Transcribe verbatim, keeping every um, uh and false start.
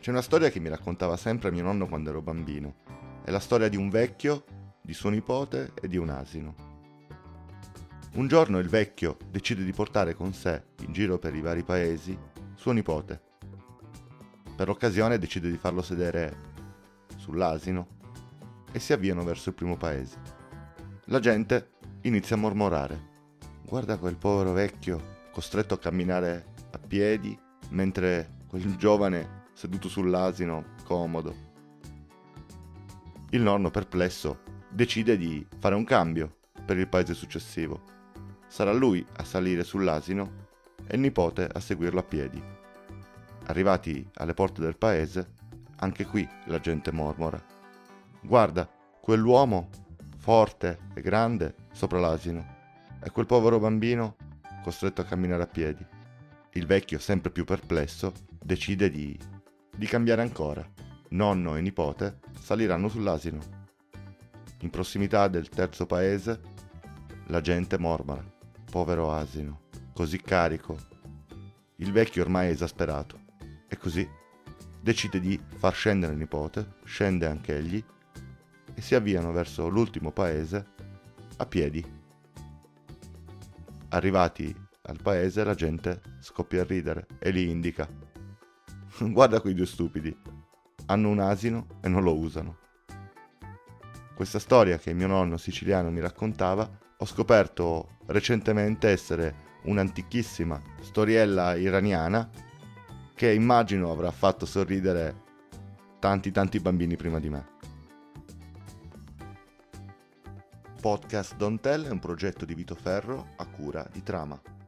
C'è una storia che mi raccontava sempre mio nonno quando ero bambino. È la storia di un vecchio, di suo nipote e di un asino. Un giorno il vecchio decide di portare con sé, in giro per i vari paesi, suo nipote. Per l'occasione decide di farlo sedere sull'asino e si avviano verso il primo paese. La gente inizia a mormorare. Guarda quel povero vecchio costretto a camminare a piedi, mentre quel giovane seduto sull'asino, comodo. Il nonno, perplesso, decide di fare un cambio per il paese successivo. Sarà lui a salire sull'asino e il nipote a seguirlo a piedi. Arrivati alle porte del paese, anche qui la gente mormora. Guarda, quell'uomo forte e grande sopra l'asino e quel povero bambino costretto a camminare a piedi. Il vecchio, sempre più perplesso, decide di, di cambiare ancora. Nonno e nipote saliranno sull'asino. In prossimità del terzo paese, la gente mormora. Povero asino, così carico. Il vecchio ormai è esasperato e così decide di far scendere il nipote, scende anche egli e si avviano verso l'ultimo paese a piedi. Arrivati al paese la gente scoppia a ridere e li indica. Guarda quei due stupidi, hanno un asino e non lo usano. Questa storia che mio nonno siciliano mi raccontava ho scoperto recentemente essere un'antichissima storiella iraniana che immagino avrà fatto sorridere tanti tanti bambini prima di me. Podcast Don't Tell è un progetto di Vito Ferro a cura di Trama.